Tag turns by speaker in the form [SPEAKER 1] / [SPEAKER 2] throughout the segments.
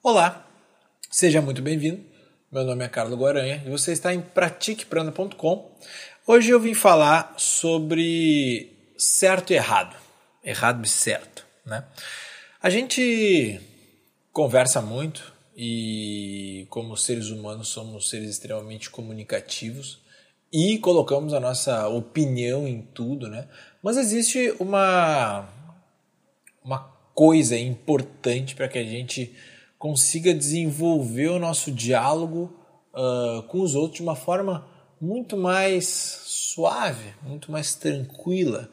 [SPEAKER 1] Olá, seja muito bem-vindo. Meu nome é Carlos Guaranha e você está em pratiqueprana.com. Hoje eu vim falar sobre certo e errado, errado e certo, né? A gente conversa muito e, como seres humanos, somos seres extremamente comunicativos e colocamos a nossa opinião em tudo, né? Mas existe uma coisa importante para que a gente consiga desenvolver o nosso diálogo com os outros de uma forma muito mais suave, muito mais tranquila,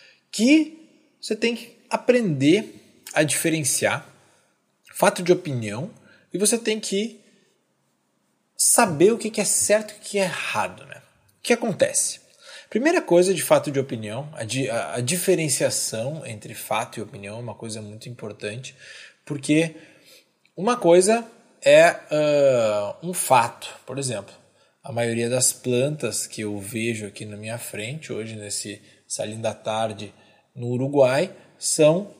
[SPEAKER 1] que você tem que aprender a diferenciar fato de opinião e você tem que saber o que é certo e o que é errado, né? O que acontece? Primeira coisa de fato de opinião, a diferenciação entre fato e opinião é uma coisa muito importante, porque uma coisa é um fato. Por exemplo, a maioria das plantas que eu vejo aqui na minha frente, hoje nessa linda tarde no Uruguai, são,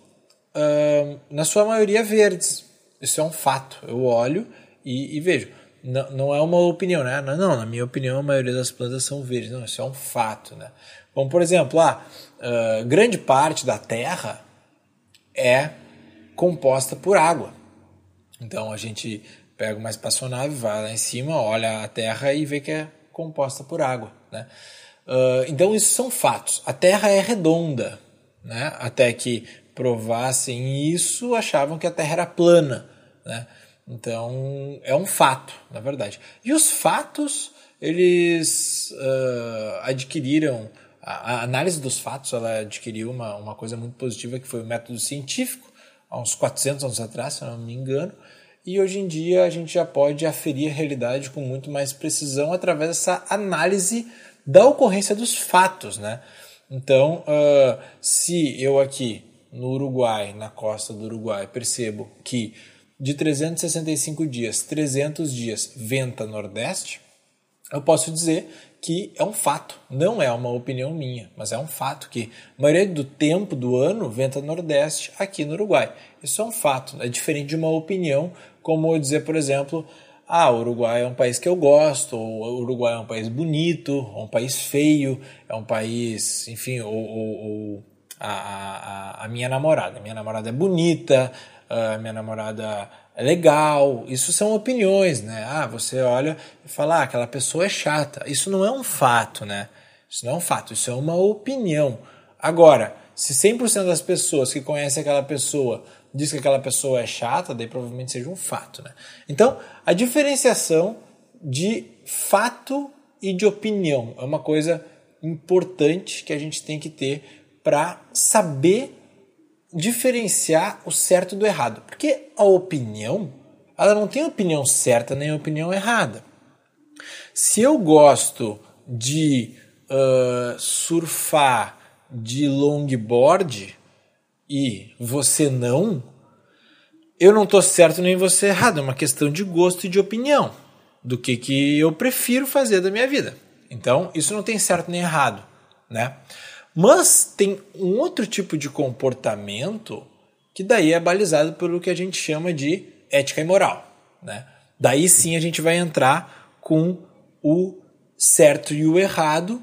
[SPEAKER 1] na sua maioria, verdes. Isso é um fato. Eu olho e vejo. Não é uma opinião, né? Não, na minha opinião, a maioria das plantas são verdes. Não, isso é um fato, né? Bom, por exemplo, grande parte da Terra é composta por água. Então a gente pega uma espaçonave, vai lá em cima, olha a Terra e vê que é composta por água, né? Então isso são fatos. A Terra é redonda, né? Até que provassem isso, achavam que a Terra era plana, né? Então é um fato, na verdade. E os fatos, eles adquiriram... A análise dos fatos, ela adquiriu uma coisa muito positiva, que foi o método científico, há uns 400 anos atrás, se eu não me engano, e hoje em dia a gente já pode aferir a realidade com muito mais precisão através dessa análise da ocorrência dos fatos, né? Então, se eu aqui no Uruguai, na costa do Uruguai, percebo que de 365 dias, 300 dias venta nordeste, eu posso dizer que é um fato, não é uma opinião minha, mas é um fato que a maioria do tempo do ano venta nordeste aqui no Uruguai. Isso é um fato, é diferente de uma opinião, como eu dizer, por exemplo, o Uruguai é um país que eu gosto, ou o Uruguai é um país bonito, ou um país feio, é um país, enfim, ou a minha namorada é bonita, a minha namorada é legal. Isso são opiniões, né? Você olha e fala, aquela pessoa é chata. Isso não é um fato, né? Isso não é um fato, isso é uma opinião. Agora, se 100% das pessoas que conhecem aquela pessoa diz que aquela pessoa é chata, daí provavelmente seja um fato, né? Então, a diferenciação de fato e de opinião é uma coisa importante que a gente tem que ter para saber diferenciar o certo do errado. Porque a opinião, ela não tem opinião certa nem opinião errada. Se eu gosto de surfar de longboard e você não, eu não estou certo nem você errado. É uma questão de gosto e de opinião do que eu prefiro fazer da minha vida. Então, isso não tem certo nem errado, né? Mas tem um outro tipo de comportamento que daí é balizado pelo que a gente chama de ética e moral, né? Daí sim a gente vai entrar com o certo e o errado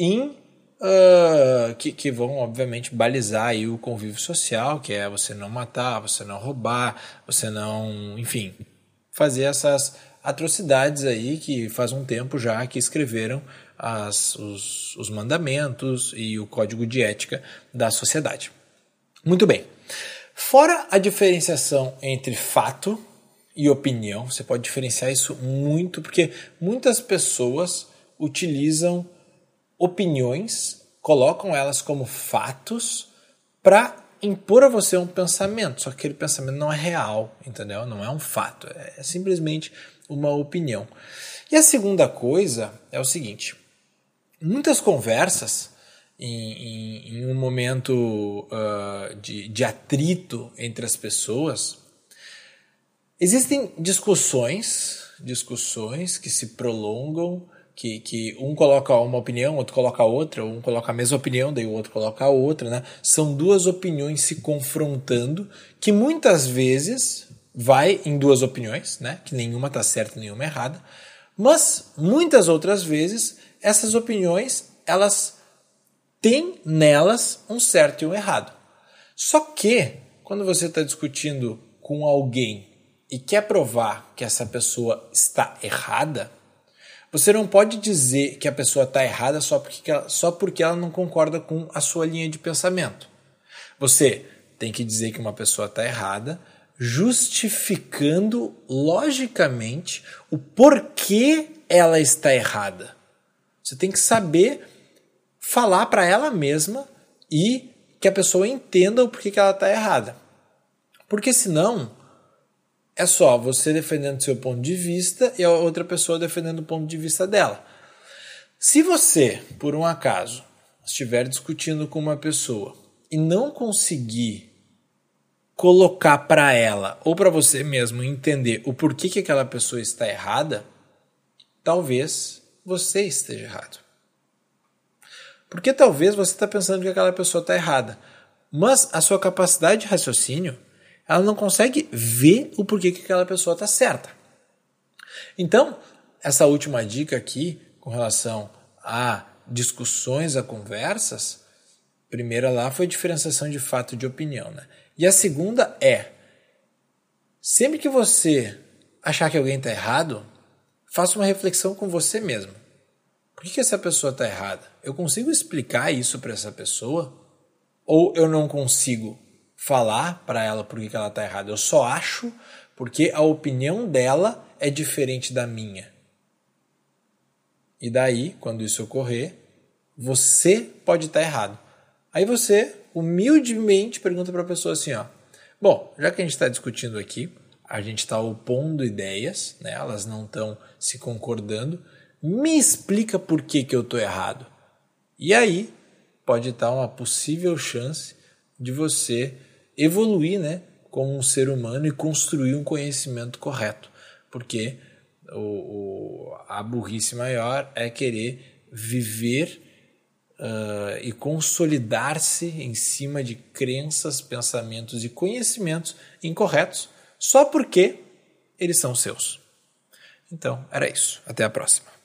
[SPEAKER 1] que vão, obviamente, balizar aí o convívio social, que é você não matar, você não roubar, você não, enfim, fazer essas atrocidades aí que faz um tempo já que escreveram os mandamentos e o código de ética da sociedade. Muito bem. Fora a diferenciação entre fato e opinião, você pode diferenciar isso muito, porque muitas pessoas utilizam opiniões, colocam elas como fatos para impor a você um pensamento, só que aquele pensamento não é real, entendeu? Não é um fato, é simplesmente uma opinião. E a segunda coisa é o seguinte: muitas conversas em um momento de atrito entre as pessoas, existem discussões que se prolongam, que um coloca uma opinião, outro coloca outra, um coloca a mesma opinião, daí o outro coloca a outra, né? São duas opiniões se confrontando que muitas vezes vai em duas opiniões, né? Que nenhuma está certa e nenhuma errada. Mas muitas outras vezes essas opiniões elas têm nelas um certo e um errado. Só que quando você está discutindo com alguém e quer provar que essa pessoa está errada, você não pode dizer que a pessoa está errada só porque ela não concorda com a sua linha de pensamento. Você tem que dizer que uma pessoa está errada, justificando logicamente o porquê ela está errada. Você tem que saber falar para ela mesma e que a pessoa entenda o porquê que ela está errada. Porque senão é só você defendendo seu ponto de vista e a outra pessoa defendendo o ponto de vista dela. Se você, por um acaso, estiver discutindo com uma pessoa e não conseguir colocar para ela ou para você mesmo entender o porquê que aquela pessoa está errada, talvez você esteja errado. Porque talvez você está pensando que aquela pessoa está errada, mas a sua capacidade de raciocínio ela não consegue ver o porquê que aquela pessoa está certa. Então, essa última dica aqui, com relação a discussões, a conversas, a primeira lá foi diferenciação de fato e de opinião, né? E a segunda é, sempre que você achar que alguém está errado, faça uma reflexão com você mesmo. Por que essa pessoa está errada? Eu consigo explicar isso para essa pessoa? Ou eu não consigo falar para ela por que ela está errada? Eu só acho porque a opinião dela é diferente da minha. E daí, quando isso ocorrer, você pode estar errado. Aí você, humildemente, pergunta para a pessoa assim, ó, bom, já que a gente está discutindo aqui, a gente está opondo ideias, né, elas não estão se concordando, me explica por que eu estou errado. E aí pode estar uma possível chance de você evoluir, né, como um ser humano e construir um conhecimento correto. Porque a burrice maior é querer viver e consolidar-se em cima de crenças, pensamentos e conhecimentos incorretos só porque eles são seus. Então, era isso. Até a próxima.